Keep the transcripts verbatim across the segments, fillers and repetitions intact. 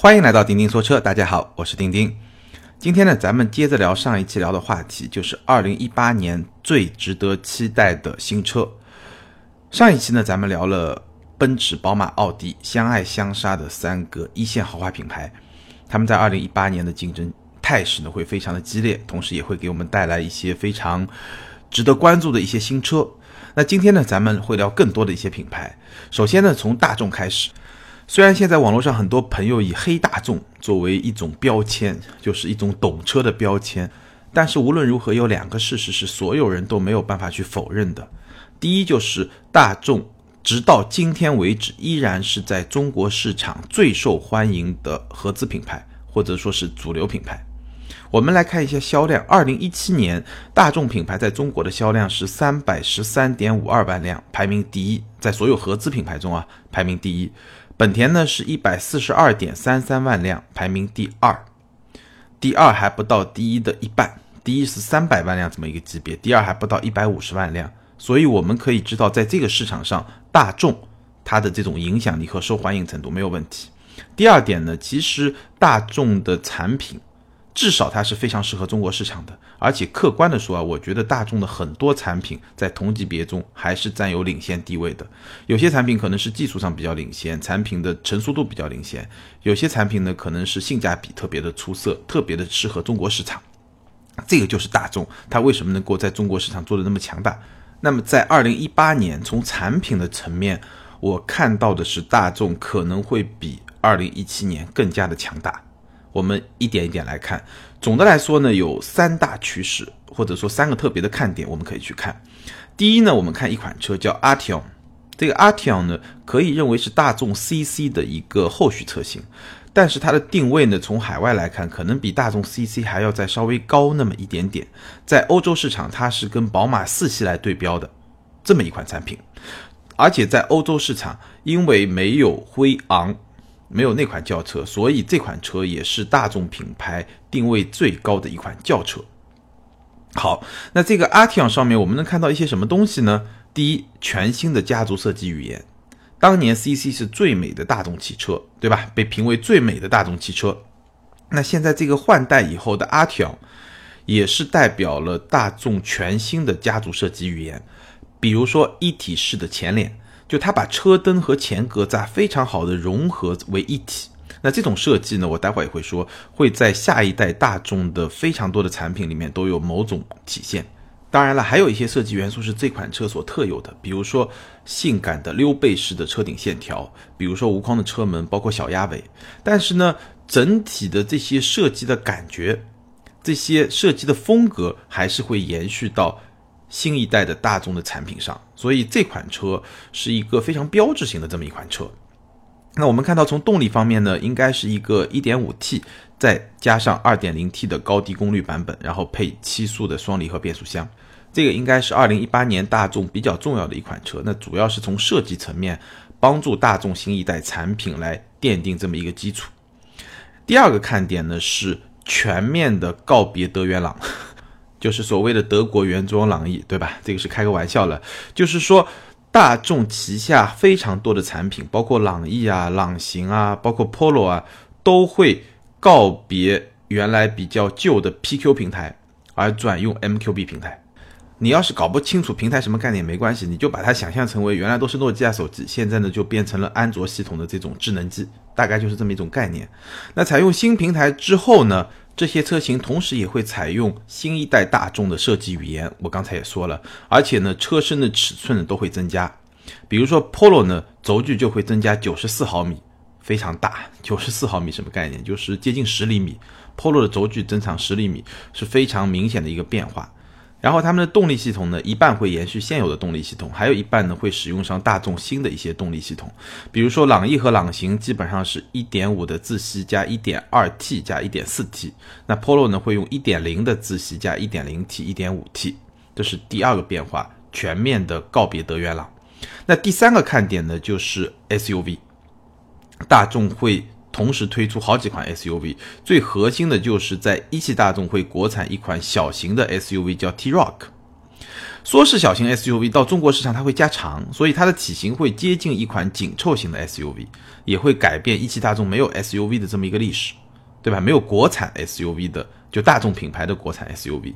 欢迎来到钉钉说车，大家好，我是钉钉。今天呢，咱们接着聊上一期聊的话题，就是二零一八年最值得期待的新车。上一期呢，咱们聊了奔驰、宝马、奥迪相爱相杀的三个一线豪华品牌，他们在二零一八年的竞争态势呢会非常的激烈，同时也会给我们带来一些非常值得关注的一些新车。那今天呢，咱们会聊更多的一些品牌。首先呢，从大众开始。虽然现在网络上很多朋友以黑大众作为一种标签，就是一种懂车的标签，但是无论如何有两个事实是所有人都没有办法去否认的。第一，就是大众直到今天为止依然是在中国市场最受欢迎的合资品牌，或者说是主流品牌。我们来看一下销量，二零一七年大众品牌在中国的销量是 三百十三点五二万辆，排名第一，在所有合资品牌中啊，排名第一。本田呢是 一百四十二点三三万辆，排名第二，第二还不到第一的一半，第一是三百万辆这么一个级别，第二还不到一百五十万辆。所以我们可以知道，在这个市场上，大众它的这种影响力和受欢迎程度没有问题。第二点呢，其实大众的产品至少它是非常适合中国市场的，而且客观的说啊，我觉得大众的很多产品在同级别中还是占有领先地位的。有些产品可能是技术上比较领先，产品的成熟度比较领先，有些产品呢可能是性价比特别的出色，特别的适合中国市场。这个就是大众，它为什么能够在中国市场做得那么强大。那么在二零一八年，从产品的层面，我看到的是大众可能会比二零一七年更加的强大。我们一点一点来看，总的来说呢，有三大趋势，或者说三个特别的看点，我们可以去看。第一呢，我们看一款车叫 Arteon， 这个 Arteon 呢，可以认为是大众 C C 的一个后续车型，但是它的定位呢，从海外来看，可能比大众 C C 还要再稍微高那么一点点。在欧洲市场，它是跟宝马四系来对标的这么一款产品，而且在欧洲市场，因为没有辉昂，没有那款轿车，所以这款车也是大众品牌定位最高的一款轿车。好，那这个 Arteon 上面我们能看到一些什么东西呢？第一，全新的家族设计语言。当年 C C 是最美的大众汽车，对吧？被评为最美的大众汽车。那现在这个换代以后的 Arteon 也是代表了大众全新的家族设计语言。比如说一体式的前脸，就它把车灯和前格栅非常好的融合为一体。那这种设计呢，我待会儿也会说，会在下一代大众的非常多的产品里面都有某种体现。当然了，还有一些设计元素是这款车所特有的，比如说性感的溜背式的车顶线条，比如说无框的车门，包括小鸭尾。但是呢，整体的这些设计的感觉，这些设计的风格还是会延续到新一代的大众的产品上，所以这款车是一个非常标志性的这么一款车。那我们看到从动力方面呢，应该是一个 一点五 T 再加上 二点零 T 的高低功率版本，然后配七速的双离合变速箱。这个应该是二零一八年大众比较重要的一款车，那主要是从设计层面帮助大众新一代产品来奠定这么一个基础。第二个看点呢是全面的告别德元朗，就是所谓的德国原装朗逸，对吧？这个是开个玩笑了，就是说大众旗下非常多的产品，包括朗逸啊、朗行啊，包括 Polo 啊，都会告别原来比较旧的 P Q 平台，而转用 M Q B 平台。你要是搞不清楚平台什么概念没关系，你就把它想象成为原来都是诺基亚手机，现在呢就变成了安卓系统的这种智能机，大概就是这么一种概念。那采用新平台之后呢，这些车型同时也会采用新一代大众的设计语言，我刚才也说了，而且呢车身的尺寸都会增加。比如说 Polo 呢，轴距就会增加九十四毫米，非常大。九十四毫米什么概念？就是接近十厘米。Polo 的轴距增长十厘米是非常明显的一个变化。然后他们的动力系统呢，一半会延续现有的动力系统，还有一半呢会使用上大众新的一些动力系统。比如说朗逸和朗行基本上是 一点五 的自吸加 一点二 T 加 一点四 T， 那 Polo 呢会用 一点零 的自吸加 一点零 T 一点五 T， 这是第二个变化，全面的告别德元朗。那第三个看点呢就是 S U V， 大众会同时推出好几款 S U V， 最核心的就是在一汽大众会国产一款小型的 S U V 叫 T-Roc。 缩式小型 S U V 到中国市场它会加长，所以它的体型会接近一款紧凑型的 S U V， 也会改变一汽大众没有 S U V 的这么一个历史，对吧？没有国产 S U V 的，就大众品牌的国产 S U V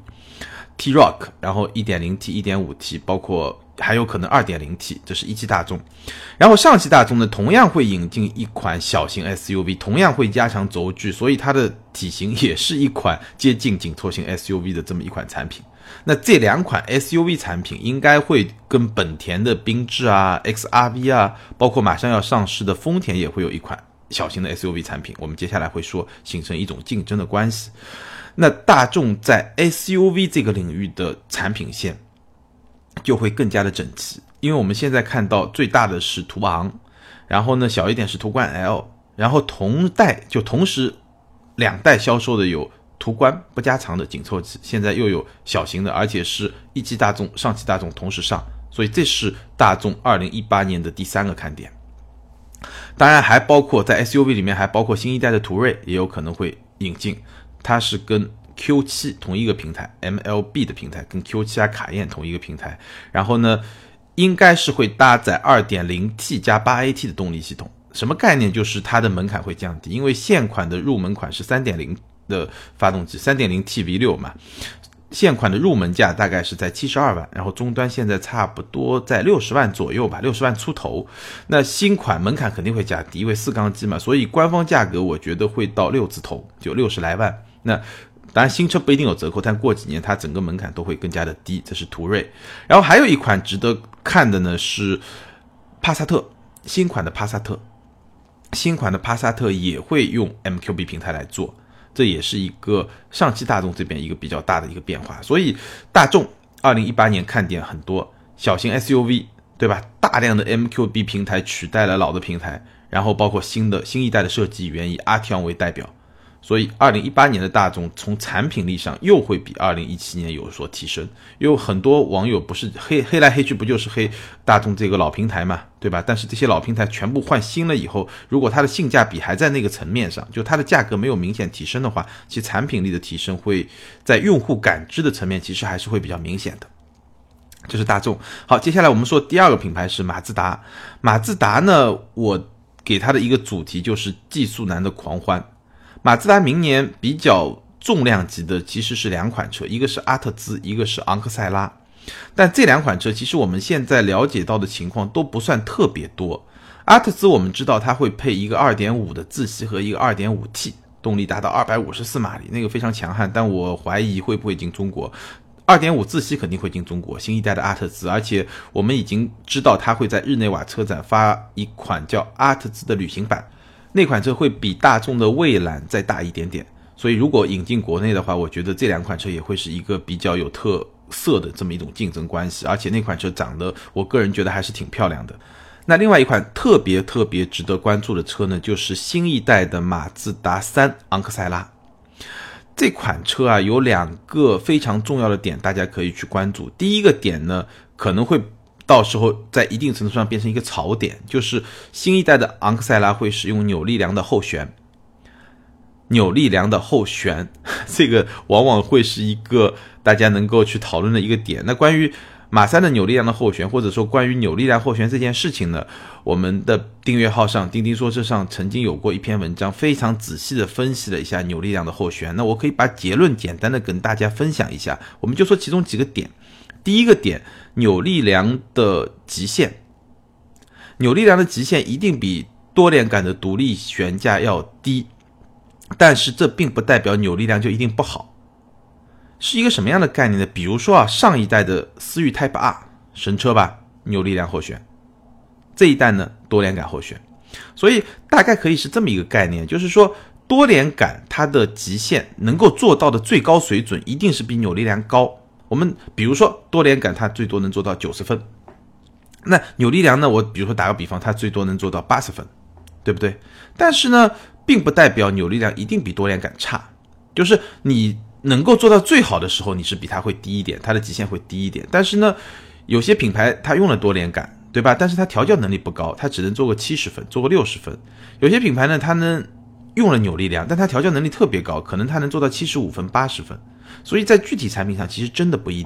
T-Roc， 然后 一点零 T、一点五 T， 包括还有可能 二点零 T， 这是一汽大众。然后上汽大众呢，同样会引进一款小型 S U V， 同样会加强轴距，所以它的体型也是一款接近紧凑型 S U V 的这么一款产品。那这两款 S U V 产品应该会跟本田的缤智啊、X R V 啊，包括马上要上市的丰田也会有一款小型的 S U V 产品，我们接下来会说形成一种竞争的关系。那大众在 S U V 这个领域的产品线就会更加的整齐，因为我们现在看到最大的是途昂，然后呢小一点是途观 L， 然后同代就同时两代销售的有途观不加长的紧凑级，现在又有小型的，而且是一汽大众、上汽大众同时上，所以这是大众二零一八年的第三个看点。当然还包括在 S U V 里面还包括新一代的途锐也有可能会引进，它是跟 Q 七 同一个平台 M L B 的平台，跟 Q 七 啊卡宴同一个平台，然后呢应该是会搭载 二点零 T 加 八 A T 的动力系统。什么概念？就是它的门槛会降低，因为现款的入门款是 三点零 的发动机 三点零 T V 六 嘛，现款的入门价大概是在七十二万，然后终端现在差不多在六十万左右吧，六十万出头。那新款门槛肯定会降低，因为四缸机嘛，所以官方价格我觉得会到六字头，就六十来万。那当然新车不一定有折扣，但过几年它整个门槛都会更加的低，这是途锐。然后还有一款值得看的呢是帕萨特，新款的帕萨特，新款的帕萨特也会用 M Q B 平台来做，这也是一个上汽大众这边一个比较大的一个变化。所以大众二零一八年看点很多，小型 S U V 对吧，大量的 M Q B 平台取代了老的平台，然后包括新的新一代的设计语言以阿提昂为代表，所以二零一八年的大众从产品力上又会比二零一七年有所提升。有很多网友不是黑黑来黑去，不就是黑大众这个老平台嘛，对吧？但是这些老平台全部换新了以后，如果它的性价比还在那个层面上，就它的价格没有明显提升的话，其实产品力的提升会在用户感知的层面其实还是会比较明显的。这是大众。好，接下来我们说第二个品牌是马自达。马自达呢，我给它的一个主题就是技术男的狂欢。马自达明年比较重量级的其实是两款车，一个是阿特兹，一个是昂克赛拉。但这两款车其实我们现在了解到的情况都不算特别多。阿特兹我们知道它会配一个 二点五 的自吸和一个 二点五 T， 动力达到二百五十四马力，那个非常强悍，但我怀疑会不会进中国。二点五 自吸肯定会进中国，新一代的阿特兹，而且我们已经知道它会在日内瓦车展发一款叫阿特兹的旅行版，那款车会比大众的蔚揽再大一点点，所以如果引进国内的话，我觉得这两款车也会是一个比较有特色的这么一种竞争关系，而且那款车长得我个人觉得还是挺漂亮的。那另外一款特别特别值得关注的车呢，就是新一代的马自达三昂克赛拉。这款车啊，有两个非常重要的点大家可以去关注。第一个点呢，可能会到时候在一定程度上变成一个槽点，就是新一代的昂克赛拉会使用扭力梁的后悬。扭力梁的后悬，这个往往会是一个大家能够去讨论的一个点。那关于马三的扭力梁的后悬，或者说关于扭力梁后悬这件事情呢，我们的订阅号上钉钉说车上曾经有过一篇文章，非常仔细的分析了一下扭力梁的后悬。那我可以把结论简单的跟大家分享一下，我们就说其中几个点。第一个点，扭力梁的极限，扭力梁的极限一定比多连杆的独立悬架要低，但是这并不代表扭力梁就一定不好。是一个什么样的概念呢？比如说啊，上一代的思域 Type R 神车吧，扭力梁后悬，这一代呢多连杆后悬，所以大概可以是这么一个概念，就是说多连杆它的极限能够做到的最高水准一定是比扭力梁高。我们比如说多连杆它最多能做到九十分，那扭力梁呢，我比如说打个比方，它最多能做到八十分，对不对？但是呢并不代表扭力梁一定比多连杆差，就是你能够做到最好的时候，你是比它会低一点，它的极限会低一点。但是呢，有些品牌它用了多连杆，对吧？但是它调教能力不高，它只能做个七十分，做个六十分。有些品牌呢，它能用了扭力梁，但它调教能力特别高，可能它能做到七十五分、八十分。所以在具体产品上，其实真的不一定。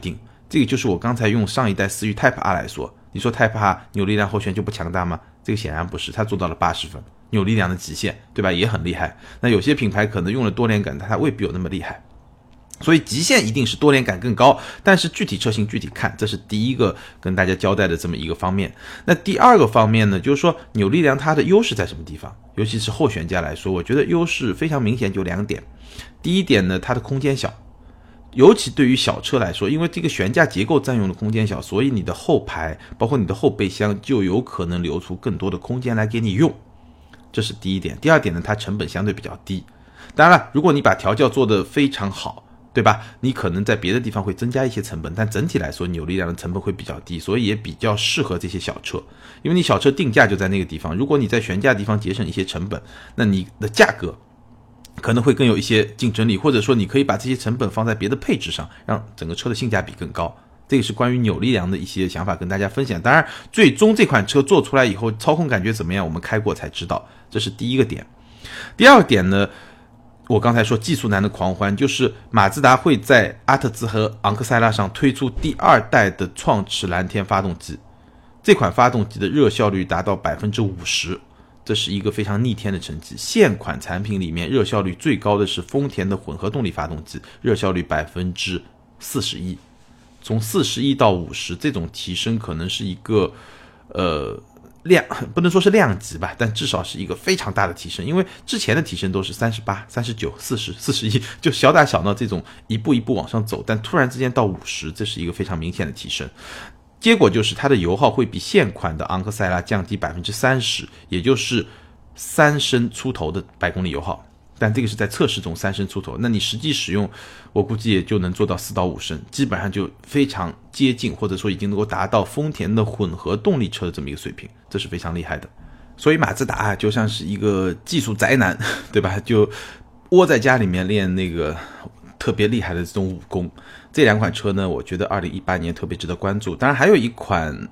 这个就是我刚才用上一代思域 Type R 来说，你说 Type R 扭力梁后悬就不强大吗？这个显然不是，它做到了八十分，扭力梁的极限，对吧？也很厉害。那有些品牌可能用了多连杆，它未必有那么厉害。所以极限一定是多连杆更高，但是具体车型具体看，这是第一个跟大家交代的这么一个方面。那第二个方面呢，就是说扭力梁它的优势在什么地方？尤其是后悬架来说，我觉得优势非常明显，就两点。第一点呢，它的空间小，尤其对于小车来说，因为这个悬架结构占用的空间小，所以你的后排包括你的后备箱就有可能留出更多的空间来给你用，这是第一点。第二点呢，它成本相对比较低。当然了，如果你把调教做得非常好，对吧？你可能在别的地方会增加一些成本，但整体来说扭力梁的成本会比较低，所以也比较适合这些小车。因为你小车定价就在那个地方，如果你在悬架地方节省一些成本，那你的价格可能会更有一些竞争力，或者说你可以把这些成本放在别的配置上，让整个车的性价比更高。这个是关于扭力梁的一些想法跟大家分享。当然最终这款车做出来以后操控感觉怎么样，我们开过才知道，这是第一个点。第二个点呢，我刚才说技术难的狂欢，就是马自达会在阿特兹和昂克赛拉上推出第二代的创驰蓝天发动机，这款发动机的热效率达到 百分之五十， 这是一个非常逆天的成绩。现款产品里面热效率最高的是丰田的混合动力发动机，热效率 百分之四十一， 从四十一到五十，这种提升可能是一个呃量，不能说是量级吧，但至少是一个非常大的提升。因为之前的提升都是三十八、三十九、四十、四十一，就小打小闹这种一步一步往上走，但突然之间到五十，这是一个非常明显的提升。结果就是它的油耗会比现款的昂克赛拉降低 百分之三十， 也就是三升出头的百公里油耗。但这个是在测试中三升出头，那你实际使用我估计也就能做到四到五升，基本上就非常接近，或者说已经能够达到丰田的混合动力车的这么一个水平，这是非常厉害的。所以马自达啊，就像是一个技术宅男，对吧？就窝在家里面练那个特别厉害的这种武功。这两款车呢，我觉得二零一八年特别值得关注。当然还有一款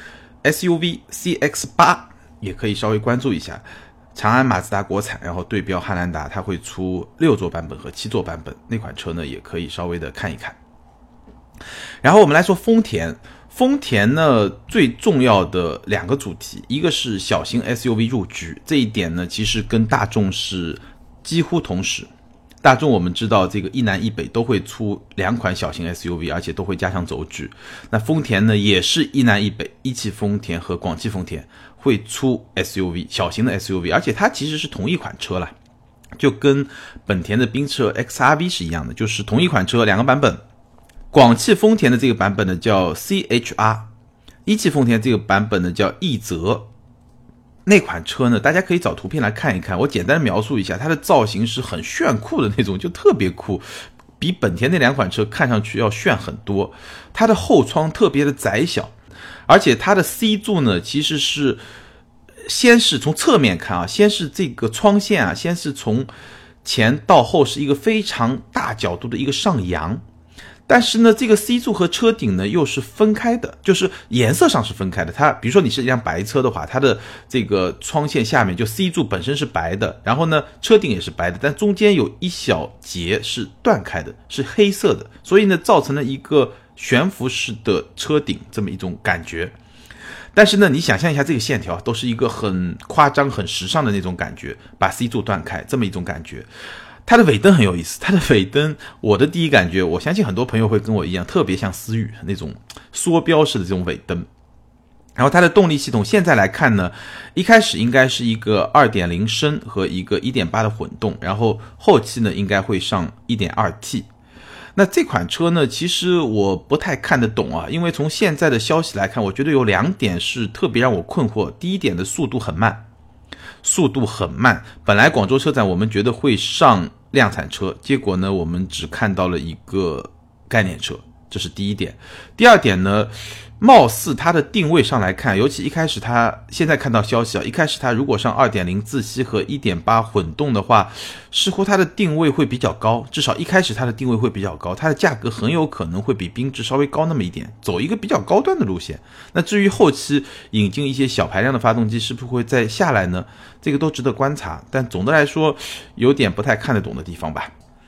S U V C X 八 也可以稍微关注一下。长安马自达国产，然后对标汉兰达，它会出六座版本和七座版本，那款车呢也可以稍微的看一看。然后我们来说丰田，丰田呢最重要的两个主题，一个是小型 S U V 入局，这一点呢其实跟大众是几乎同时。大众我们知道这个一南一北都会出两款小型 S U V， 而且都会加上轴距。那丰田呢也是一南一北，一汽丰田和广汽丰田会出 S U V， 小型的 S U V， 而且它其实是同一款车啦，就跟本田的缤智 X R V 是一样的，就是同一款车两个版本。广汽丰田的这个版本呢叫 C H R， 一汽丰田这个版本呢叫奕泽。那款车呢大家可以找图片来看一看，我简单的描述一下，它的造型是很炫酷的那种，就特别酷，比本田那两款车看上去要炫很多。它的后窗特别的窄小，而且它的 C 柱呢其实是先是从侧面看啊，先是这个窗线啊，先是从前到后是一个非常大角度的一个上扬，但是呢这个 C 柱和车顶呢又是分开的，就是颜色上是分开的。它比如说你是一辆白车的话，它的这个窗线下面就 C 柱本身是白的，然后呢车顶也是白的，但中间有一小节是断开的，是黑色的，所以呢造成了一个悬浮式的车顶这么一种感觉。但是呢你想象一下这个线条都是一个很夸张很时尚的那种感觉，把 C 柱断开这么一种感觉。它的尾灯很有意思，它的尾灯我的第一感觉，我相信很多朋友会跟我一样，特别像思域那种缩标式的这种尾灯。然后它的动力系统现在来看呢，一开始应该是一个 二点零 升和一个 一点八 的混动，然后后期呢应该会上 一点二 T。那这款车呢其实我不太看得懂啊，因为从现在的消息来看，我觉得有两点是特别让我困惑。第一点的速度很慢，速度很慢。本来广州车展我们觉得会上量产车，结果呢我们只看到了一个概念车，这是第一点。第二点呢，貌似它的定位上来看，尤其一开始它现在看到消息啊，一开始它如果上 二点零 自吸和 一点八 混动的话，似乎它的定位会比较高，至少一开始它的定位会比较高，它的价格很有可能会比缤智稍微高那么一点，走一个比较高端的路线。那至于后期引进一些小排量的发动机是不是会再下来呢，这个都值得观察，但总的来说有点不太看得懂的地方吧。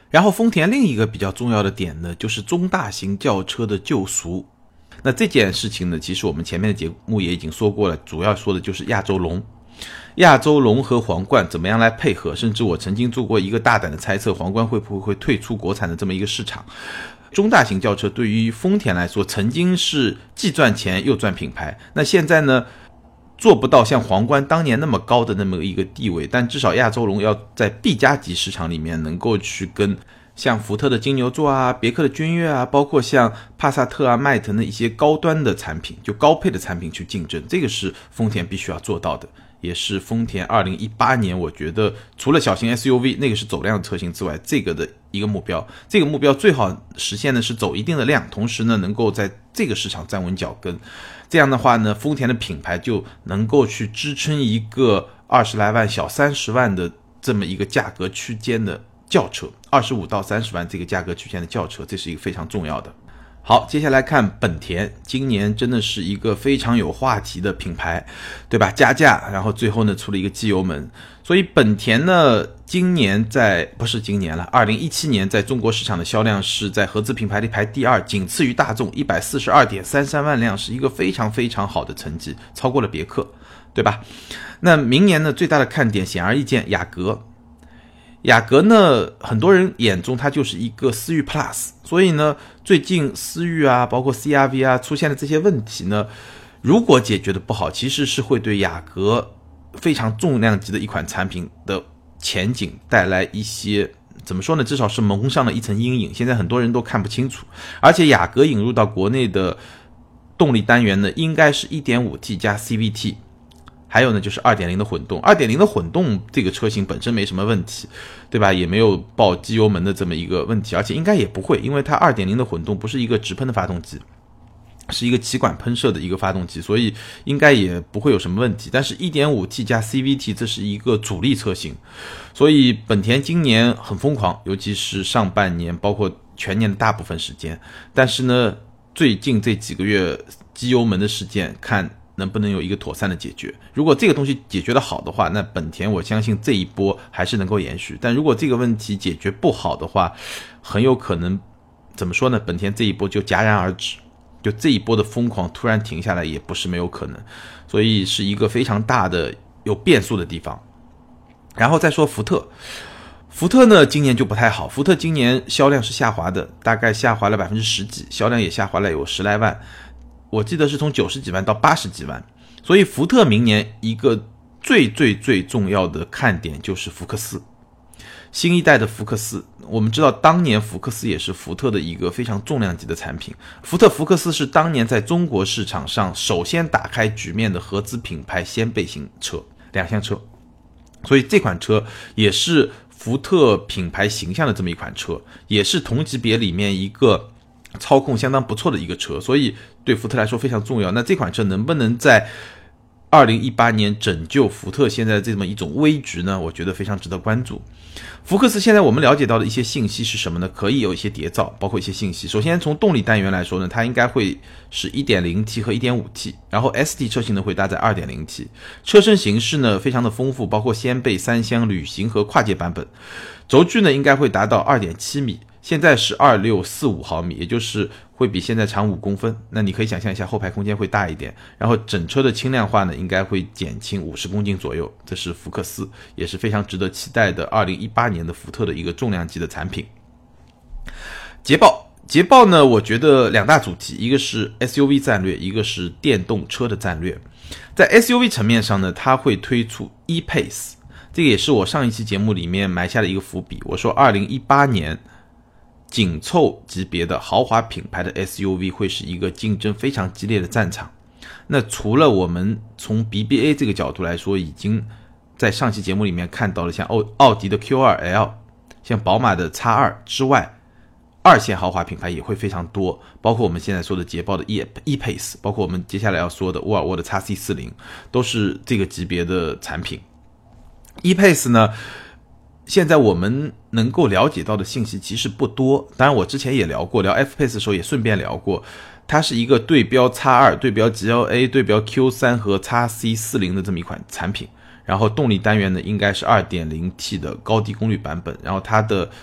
然后丰田另一个比较重要的点呢，就是中大型轿车的救赎。那这件事情呢，其实我们前面的节目也已经说过了，主要说的就是亚洲龙。亚洲龙和皇冠怎么样来配合，甚至我曾经做过一个大胆的猜测，皇冠会不会退出国产的这么一个市场。中大型轿车对于丰田来说曾经是既赚钱又赚品牌，那现在呢做不到像皇冠当年那么高的那么一个地位，但至少亚洲龙要在 B 加级市场里面能够去跟像福特的金牛座啊、别克的君越啊，包括像帕萨特啊、迈腾的一些高端的产品，就高配的产品去竞争，这个是丰田必须要做到的，也是丰田二零一八年我觉得除了小型 S U V 那个是走量的车型之外，这个的一个目标。这个目标最好实现的是走一定的量，同时呢能够在这个市场站稳脚跟。这样的话呢，丰田的品牌就能够去支撑一个二十来万小三十万的这么一个价格区间的轿车，二十五到三十万这个价格区间的轿车，这是一个非常重要的。好，接下来看本田，今年真的是一个非常有话题的品牌，对吧？加价，然后最后呢出了一个机油门，所以本田呢今年在不是今年了，二零一七年在中国市场的销量是在合资品牌里排第二，仅次于大众 一百四十二点三三万辆，是一个非常非常好的成绩，超过了别克，对吧？那明年呢最大的看点显而易见，雅阁。雅阁呢很多人眼中它就是一个思域 Plus， 所以呢最近思域啊包括 C R V 啊出现的这些问题呢，如果解决的不好，其实是会对雅阁非常重量级的一款产品的前景带来一些怎么说呢，至少是蒙上了一层阴影，现在很多人都看不清楚。而且雅阁引入到国内的动力单元呢应该是 一点五 T 加 C V T，还有呢就是 二点零 的混动 ,二点零 的混动这个车型本身没什么问题，对吧？也没有爆机油门的这么一个问题，而且应该也不会，因为它 二点零 的混动不是一个直喷的发动机，是一个气管喷射的一个发动机，所以应该也不会有什么问题。但是 一点五 T 加 C V T 这是一个主力车型，所以本田今年很疯狂，尤其是上半年包括全年的大部分时间。但是呢最近这几个月机油门的事件看能不能有一个妥善的解决。如果这个东西解决的好的话，那本田我相信这一波还是能够延续，但如果这个问题解决不好的话，很有可能怎么说呢，本田这一波就戛然而止，就这一波的疯狂突然停下来也不是没有可能，所以是一个非常大的有变数的地方。然后再说福特，福特呢今年就不太好，福特今年销量是下滑的，大概下滑了百分之十几，销量也下滑了有十来万，我记得是从九十几万到八十几万，所以福特明年一个最最最重要的看点就是福克斯，新一代的福克斯。我们知道当年福克斯也是福特的一个非常重量级的产品，福特福克斯是当年在中国市场上首先打开局面的合资品牌掀背型车，两厢车，所以这款车也是福特品牌形象的这么一款车，也是同级别里面一个操控相当不错的一个车，所以对福特来说非常重要。那这款车能不能在二零一八年拯救福特现在这么一种危局呢？我觉得非常值得关注。福克斯现在我们了解到的一些信息是什么呢？可以有一些谍照，包括一些信息。首先从动力单元来说呢，它应该会是 一点零 T 和 一点五 T， 然后 S T 车型呢会搭载 二点零 T， 车身形式呢非常的丰富，包括掀背、三厢、旅行和跨界版本。轴距呢应该会达到 二点七米，现在是二六四五毫米，也就是会比现在长五公分，那你可以想象一下后排空间会大一点，然后整车的轻量化呢应该会减轻五十公斤左右，这是福克斯，也是非常值得期待的二零一八年的福特的一个重量级的产品。捷豹捷豹呢我觉得两大主题，一个是 S U V 战略，一个是电动车的战略。在 S U V 层面上呢，它会推出 E-Pace， 这个也是我上一期节目里面埋下的一个伏笔，我说二零一八年紧凑级别的豪华品牌的 S U V 会是一个竞争非常激烈的战场。那除了我们从 B B A 这个角度来说，已经在上期节目里面看到了像奥迪的 Q 二 L， 像宝马的 X 二 之外，二线豪华品牌也会非常多，包括我们现在说的捷豹的 E-Pace， 包括我们接下来要说的沃尔沃的 X C 四十， 都是这个级别的产品。E-Pace 呢现在我们能够了解到的信息其实不多，当然我之前也聊过，聊 F-Pace 的时候也顺便聊过，它是一个对标 X 二、对标 G L A、对标 Q 三 和 X C 四十 的这么一款产品。然后动力单元呢应该是 二点零 T 的高低功率版本，然后它的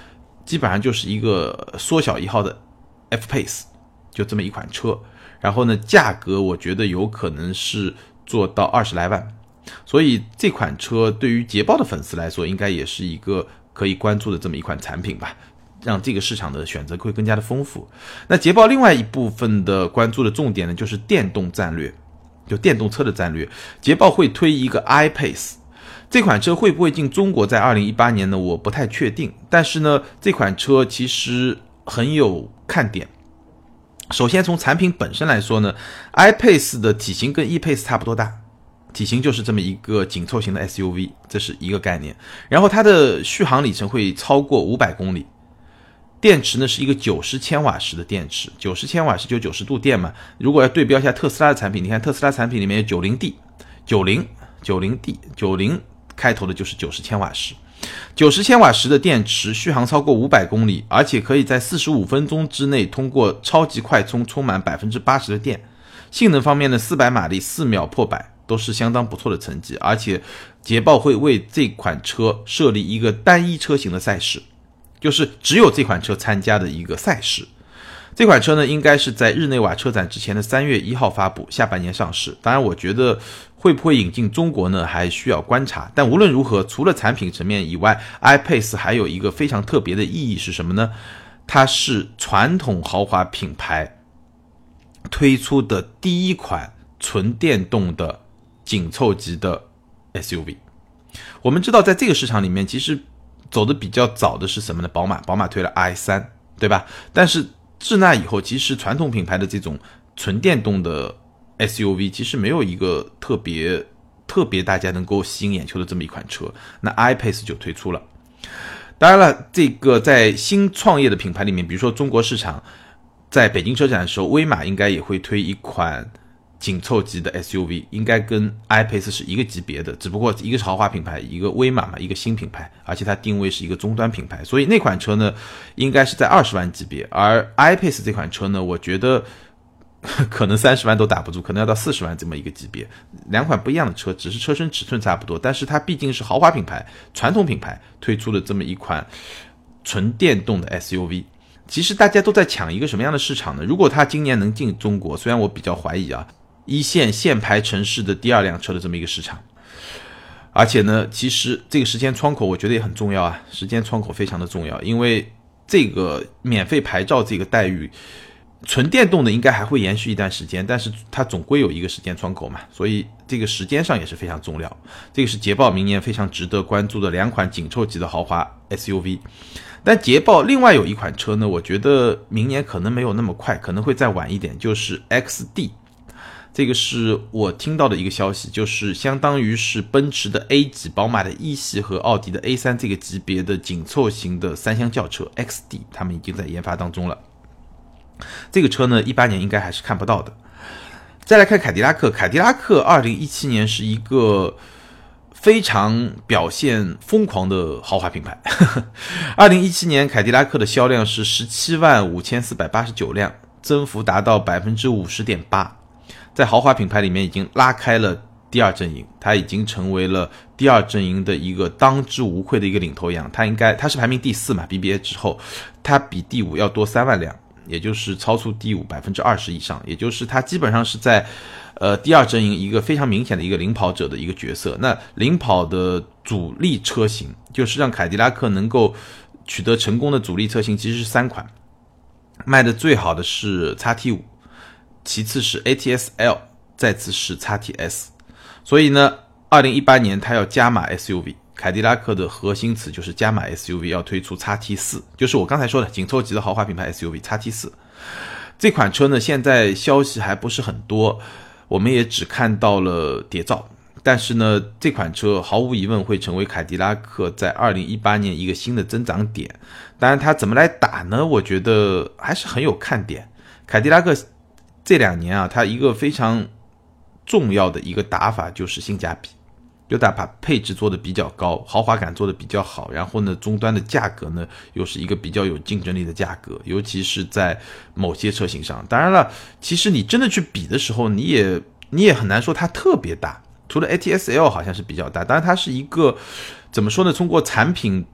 基本上就是一个缩小一号的 F-Pace， 就这么一款车。然后呢，价格我觉得有可能是做到二十来万，所以这款车对于捷豹的粉丝来说，应该也是一个可以关注的这么一款产品吧，让这个市场的选择会更加的丰富。那捷豹另外一部分的关注的重点呢，就是电动战略，就电动车的战略。捷豹会推一个 iPace， 这款车会不会进中国，在二零一八年呢，我不太确定。但是呢，这款车其实很有看点。首先从产品本身来说呢 ，iPace 的体型跟 E-Pace 差不多大，体型就是这么一个紧凑型的 S U V， 这是一个概念。然后它的续航里程会超过五百公里，电池呢是一个九十千瓦时的电池，九十千瓦时就九十度电嘛。如果要对标一下特斯拉的产品，你看特斯拉产品里面有 九十 D， 九十 九十 D， 九十开头的就是九十千瓦时。九十千瓦时的电池，续航超过五百公里，而且可以在四十五分钟之内通过超级快充充满 百分之八十 的电。性能方面呢，四百马力四秒破百都是相当不错的成绩，而且捷豹会为这款车设立一个单一车型的赛事，就是只有这款车参加的一个赛事。这款车呢，应该是在日内瓦车展之前的三月一号发布，下半年上市。当然我觉得会不会引进中国呢，还需要观察。但无论如何，除了产品层面以外， iPace 还有一个非常特别的意义是什么呢？它是传统豪华品牌推出的第一款纯电动的紧凑级的 S U V。 我们知道在这个市场里面，其实走的比较早的是什么呢？宝马，宝马推了 i 三， 对吧？但是自那以后，其实传统品牌的这种纯电动的 S U V 其实没有一个特别特别大家能够吸引眼球的这么一款车，那 iPace 就推出了。当然了，这个在新创业的品牌里面，比如说中国市场，在北京车展的时候，威马应该也会推一款紧凑级的 S U V， 应该跟 iPace 是一个级别的，只不过一个是豪华品牌，一个威马嘛，一个新品牌，而且它定位是一个终端品牌，所以那款车呢应该是在二十万级别。而 iPace 这款车呢，我觉得可能三十万都打不住，可能要到四十万这么一个级别。两款不一样的车，只是车身尺寸差不多，但是它毕竟是豪华品牌，传统品牌推出了这么一款纯电动的 S U V。其实大家都在抢一个什么样的市场呢？如果它今年能进中国，虽然我比较怀疑啊，一线限牌城市的第二辆车的这么一个市场。而且呢，其实这个时间窗口我觉得也很重要啊，时间窗口非常的重要，因为这个免费牌照这个待遇，纯电动的应该还会延续一段时间，但是它总归有一个时间窗口嘛，所以这个时间上也是非常重要。这个是捷豹明年非常值得关注的两款紧凑级的豪华 S U V。但捷豹另外有一款车呢，我觉得明年可能没有那么快，可能会再晚一点，就是 X D。 这个是我听到的一个消息，就是相当于是奔驰的 A 级、宝马的 E 系和奥迪的 A 三 这个级别的紧凑型的三厢轿车 X D， 他们已经在研发当中了。这个车呢一八年应该还是看不到的。再来看凯迪拉克，凯迪拉克二零一七年是一个非常表现疯狂的豪华品牌。二零一七年凯迪拉克的销量是十七万五千四百八十九辆，增幅达到 百分之五十点八， 在豪华品牌里面已经拉开了第二阵营，它已经成为了第二阵营的一个当之无愧的一个领头羊。它应该它是排名第四嘛 B B A 之后，它比第五要多三万辆，也就是超出第五 百分之二十 以上，也就是它基本上是在呃，第二阵营一个非常明显的一个领跑者的一个角色。那领跑的主力车型，就是让凯迪拉克能够取得成功的主力车型其实是三款，卖的最好的是 X T 五， 其次是 A T S L， 再次是 X T S。 所以呢二零一八年它要加码 S U V， 凯迪拉克的核心词就是加码 S U V， 要推出 X T 四， 就是我刚才说的紧凑级的豪华品牌 S U V X T 四。 这款车呢现在消息还不是很多，我们也只看到了谍照，但是呢这款车毫无疑问会成为凯迪拉克在二零一八年一个新的增长点。当然它怎么来打呢，我觉得还是很有看点。凯迪拉克这两年啊，它一个非常重要的一个打法就是性价比，就它把配置做的比较高，豪华感做的比较好，然后呢终端的价格呢又是一个比较有竞争力的价格，尤其是在某些车型上。当然了，其实你真的去比的时候，你也你也很难说它特别大，除了 A T S L 好像是比较大，当然它是一个怎么说呢，通过产品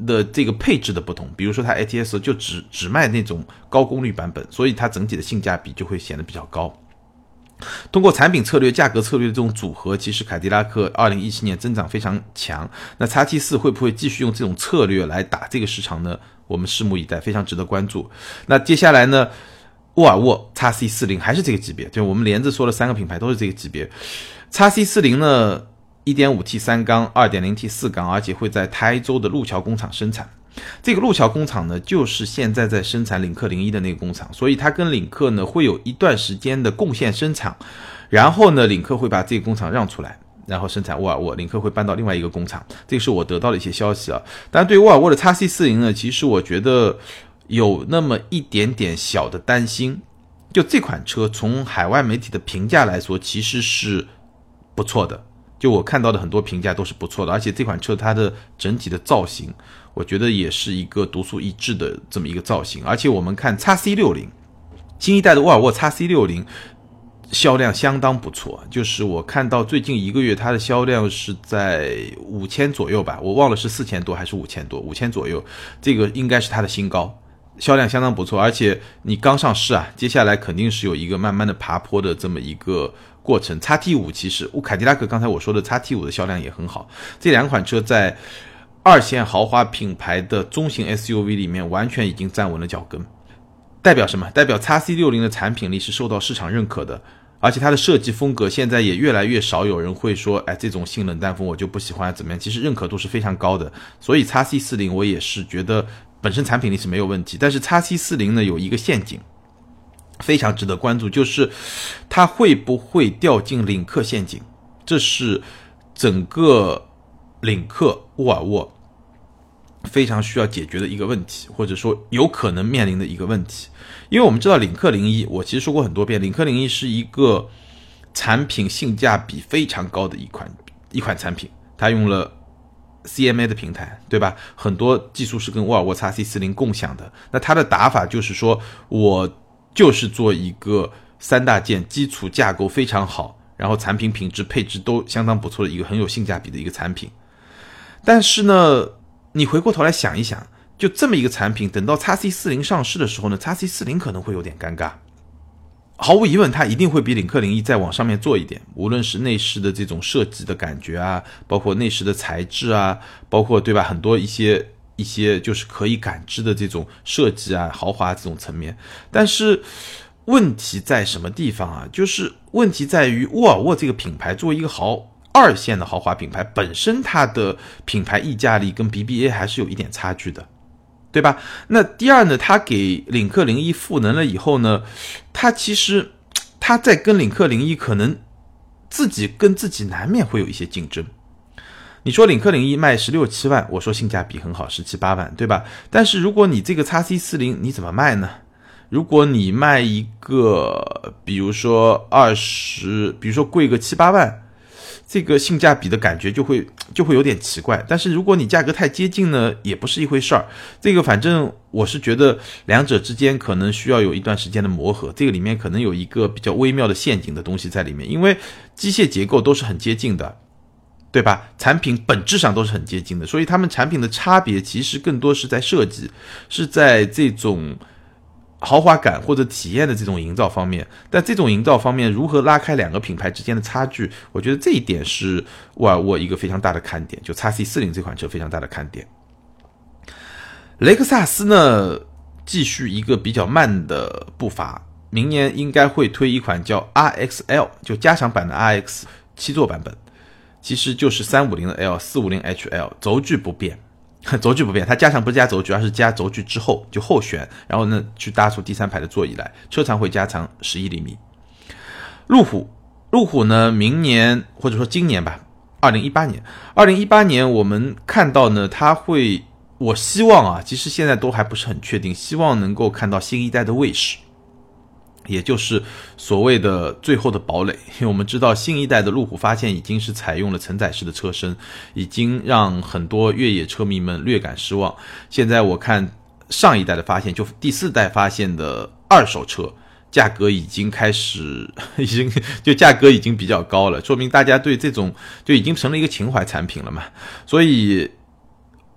的这个配置的不同，比如说它 A T S 就只只卖那种高功率版本，所以它整体的性价比就会显得比较高。通过产品策略、价格策略的这种组合，其实凯迪拉克二零一七年增长非常强。那 X T 四 会不会继续用这种策略来打这个市场呢？我们拭目以待，非常值得关注。那接下来呢，沃尔沃 X C 四十 还是这个级别，就我们连着说了三个品牌都是这个级别。X C 四十 呢 一点五 T 三缸 二点零 T 四缸，而且会在台州的路桥工厂生产。这个路桥工厂呢，就是现在在生产领克零一的那个工厂，所以它跟领克呢会有一段时间的共线生产，然后呢，领克会把这个工厂让出来，然后生产沃尔沃，领克会搬到另外一个工厂，这个是我得到的一些消息啊。但对沃尔沃的 X C 四十 呢，其实我觉得有那么一点点小的担心，就这款车从海外媒体的评价来说，其实是不错的。就我看到的很多评价都是不错的，而且这款车它的整体的造型，我觉得也是一个独树一帜的这么一个造型。而且我们看 X C 六十 新一代的沃尔沃 X C 六十 销量相当不错，就是我看到最近一个月它的销量是在五千左右吧，我忘了是四千多还是五千多，五千左右，这个应该是它的新高，销量相当不错。而且你刚上市啊，接下来肯定是有一个慢慢的爬坡的这么一个过程。 X T 五 其实凯迪拉克刚才我说的 X T 五 的销量也很好，这两款车在二线豪华品牌的中型 S U V 里面完全已经站稳了脚跟。代表什么？代表 X C 六十 的产品力是受到市场认可的，而且它的设计风格现在也越来越少有人会说，哎，这种性冷淡风我就不喜欢怎么样，其实认可度是非常高的。所以 X C 四十 我也是觉得本身产品力是没有问题，但是 X C 四十 呢有一个陷阱非常值得关注，就是它会不会掉进领克陷阱，这是整个领克沃尔沃非常需要解决的一个问题，或者说有可能面临的一个问题。因为我们知道领克零一，我其实说过很多遍，领克零一是一个产品性价比非常高的一款一款产品，它用了 C M A 的平台，对吧？很多技术是跟沃尔沃 X C 四十 共享的。那它的打法就是说，我就是做一个三大件，基础架构非常好，然后产品品质配置都相当不错的一个很有性价比的一个产品。但是呢，你回过头来想一想，就这么一个产品，等到 X C 四十 上市的时候呢， X C 四十 可能会有点尴尬。毫无疑问它一定会比领克零一再往上面做一点，无论是内饰的这种设计的感觉啊，包括内饰的材质啊，包括对吧，很多一些一些就是可以感知的这种设计啊，豪华这种层面。但是问题在什么地方啊？就是问题在于沃尔沃这个品牌作为一个豪二线的豪华品牌，本身它的品牌溢价力跟 B B A 还是有一点差距的，对吧？那第二呢，它给领克零一赋能了以后呢，它其实它在跟领克零一可能自己跟自己难免会有一些竞争。你说领克零一卖十六七万，我说性价比很好，十七八万，对吧？但是如果你这个 X C 四十 你怎么卖呢？如果你卖一个比如说二十，比如说贵个七八万，这个性价比的感觉就会就会有点奇怪。但是如果你价格太接近呢，也不是一回事儿。这个反正我是觉得两者之间可能需要有一段时间的磨合，这个里面可能有一个比较微妙的陷阱的东西在里面，因为机械结构都是很接近的，对吧？产品本质上都是很接近的，所以他们产品的差别其实更多是在设计，是在这种豪华感或者体验的这种营造方面。但这种营造方面如何拉开两个品牌之间的差距，我觉得这一点是沃尔沃一个非常大的看点，就 X C 四十 这款车非常大的看点。雷克萨斯呢，继续一个比较慢的步伐，明年应该会推一款叫 R X L， 就加长版的 R X 七座版本，其实就是三五零的 L 四五零 H L， 轴距不变，轴距不变，它加长不是加轴距，而是加轴距之后就后悬，然后呢去搭出第三排的座椅来，车长会加长十一厘米。路虎，路虎呢明年或者说今年吧，二零一八年，二零一八年我们看到呢，它会，我希望啊，其实现在都还不是很确定，希望能够看到新一代的卫士，也就是所谓的最后的堡垒。因为我们知道新一代的路虎发现已经是采用了承载式的车身，已经让很多越野车迷们略感失望。现在我看上一代的发现，就第四代发现的二手车价格已经开始已经就价格已经比较高了，说明大家对这种就已经成了一个情怀产品了嘛。所以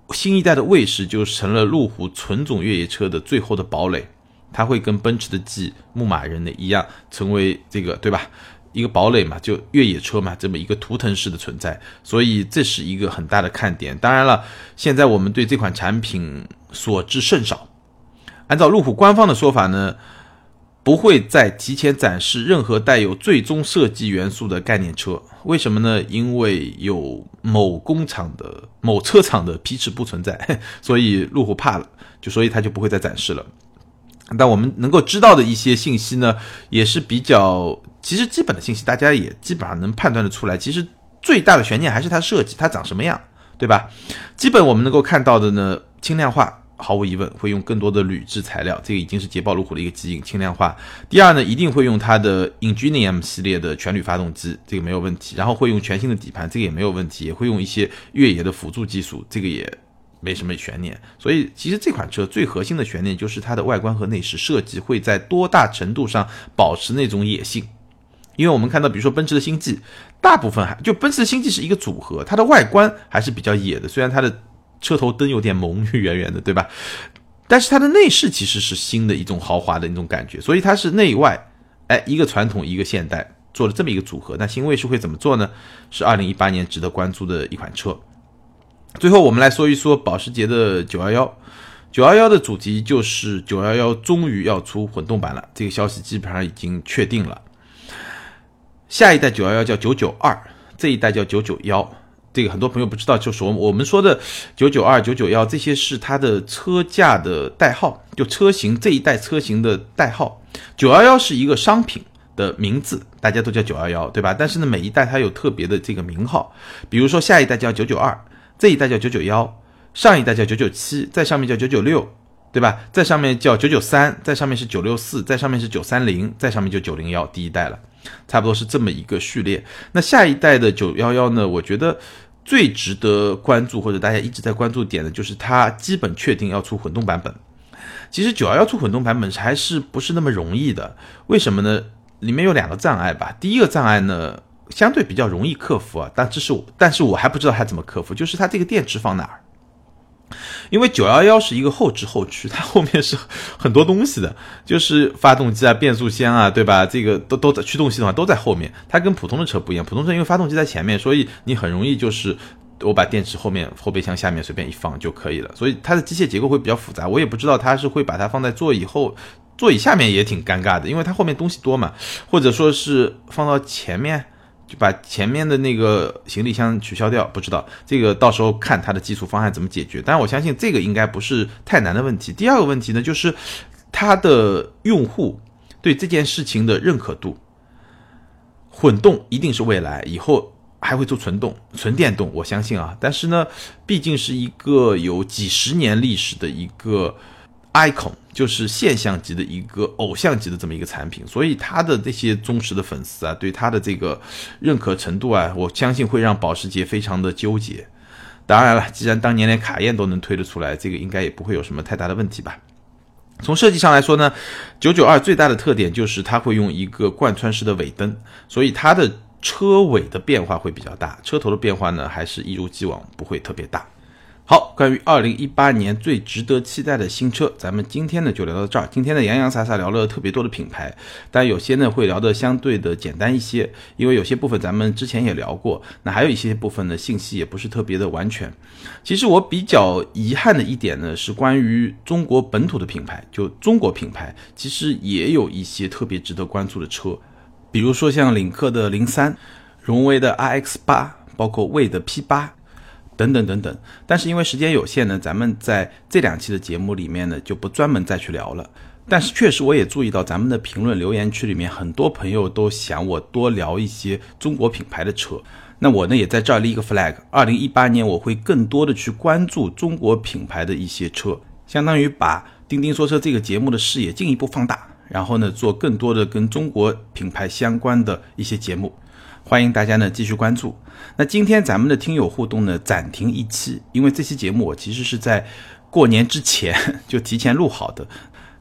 新一代的卫士就成了路虎纯种越野车的最后的堡垒，它会跟奔驰的 G、牧马人的一样，成为这个对吧？一个堡垒嘛，就越野车嘛，这么一个图腾式的存在，所以这是一个很大的看点。当然了，现在我们对这款产品所知甚少。按照路虎官方的说法呢，不会再提前展示任何带有最终设计元素的概念车。为什么呢？因为有某工厂的某车厂的批次不存在，所以路虎怕了，就所以它就不会再展示了。但我们能够知道的一些信息呢，也是比较，其实基本的信息大家也基本上能判断得出来。其实最大的悬念还是它设计，它长什么样，对吧？基本我们能够看到的呢，轻量化毫无疑问会用更多的铝制材料，这个已经是捷豹路虎的一个基因，轻量化。第二呢，一定会用它的 Ingenium 系列的全铝发动机，这个没有问题。然后会用全新的底盘，这个也没有问题，也会用一些越野的辅助技术，这个也没什么悬念。所以其实这款车最核心的悬念就是它的外观和内饰设计会在多大程度上保持那种野性。因为我们看到比如说奔驰的星际，大部分还就奔驰的星际是一个组合，它的外观还是比较野的，虽然它的车头灯有点蒙绿圆圆的，对吧？但是它的内饰其实是新的一种豪华的那种感觉，所以它是内外哎一个传统一个现代做了这么一个组合。那新卫士会怎么做呢？是二零一八年值得关注的一款车。最后我们来说一说保时捷的九一一。九一一的主题就是九一一终于要出混动版了，这个消息基本上已经确定了。下一代九一一叫九九二，这一代叫九九一，这个很多朋友不知道，就是我们说的九九二、九九一这些是它的车架的代号，就车型这一代车型的代号。九一一是一个商品的名字，大家都叫九一一，对吧？但是呢，每一代它有特别的这个名号，比如说下一代叫九九二，这一代叫九九一，上一代叫九九七，在上面叫九九六，对吧？在上面叫九九三，在上面是九六四，在上面是九三零，在上面就九零一，第一代了，差不多是这么一个序列。那下一代的九一一呢，我觉得最值得关注或者大家一直在关注点的就是它基本确定要出混动版本。其实九一一出混动版本还是不是那么容易的，为什么呢？里面有两个障碍吧。第一个障碍呢，相对比较容易克服啊，但这是我，但是我还不知道它怎么克服，就是它这个电池放哪儿。因为九一一是一个后置后驱，它后面是很多东西的，就是发动机啊、变速箱啊，对吧？这个都都在驱动系统都在后面，它跟普通的车不一样。普通车因为发动机在前面，所以你很容易就是我把电池后面后备箱下面随便一放就可以了。所以它的机械结构会比较复杂，我也不知道它是会把它放在座椅后，座椅下面也挺尴尬的，因为它后面东西多嘛，或者说是放到前面。就把前面的那个行李箱取消掉，不知道这个到时候看它的技术方案怎么解决，但我相信这个应该不是太难的问题。第二个问题呢，就是它的用户对这件事情的认可度。混动一定是未来，以后还会做纯动、纯电动，我相信啊。但是呢，毕竟是一个有几十年历史的一个icon， 就是现象级的一个偶像级的这么一个产品，所以他的这些忠实的粉丝啊，对他的这个认可程度啊，我相信会让保时捷非常的纠结。当然了，既然当年连卡宴都能推得出来，这个应该也不会有什么太大的问题吧。从设计上来说呢，九九二最大的特点就是它会用一个贯穿式的尾灯，所以它的车尾的变化会比较大，车头的变化呢还是一如既往不会特别大。好，关于二零一八年最值得期待的新车，咱们今天呢就聊到这儿。今天呢洋洋洒洒聊了特别多的品牌，但有些呢会聊得相对的简单一些，因为有些部分咱们之前也聊过，那还有一些部分呢信息也不是特别的完全。其实我比较遗憾的一点呢是关于中国本土的品牌，就中国品牌其实也有一些特别值得关注的车，比如说像领克的零三、荣威的 R X 八， 包括蔚的 P 八等等等等，但是因为时间有限呢，咱们在这两期的节目里面呢就不专门再去聊了。但是确实我也注意到咱们的评论留言区里面很多朋友都想我多聊一些中国品牌的车，那我呢也在这儿立一个 flag， 二零一八年我会更多的去关注中国品牌的一些车，相当于把钉钉说车这个节目的视野进一步放大，然后呢做更多的跟中国品牌相关的一些节目，欢迎大家呢继续关注。那今天咱们的听友互动呢暂停一期，因为这期节目我其实是在过年之前就提前录好的，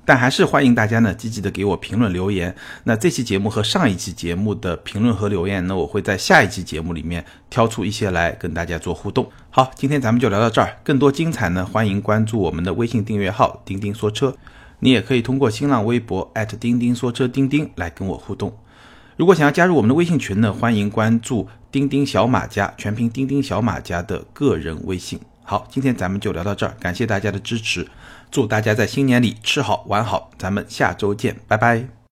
但还是欢迎大家呢积极的给我评论留言。那这期节目和上一期节目的评论和留言呢，我会在下一期节目里面挑出一些来跟大家做互动。好，今天咱们就聊到这儿，更多精彩呢，欢迎关注我们的微信订阅号钉钉说车，你也可以通过新浪微博 at 钉钉说车钉钉来跟我互动。如果想要加入我们的微信群呢，欢迎关注钉钉小马家，全凭钉钉小马家的个人微信。好，今天咱们就聊到这儿，感谢大家的支持，祝大家在新年里吃好玩好，咱们下周见，拜拜。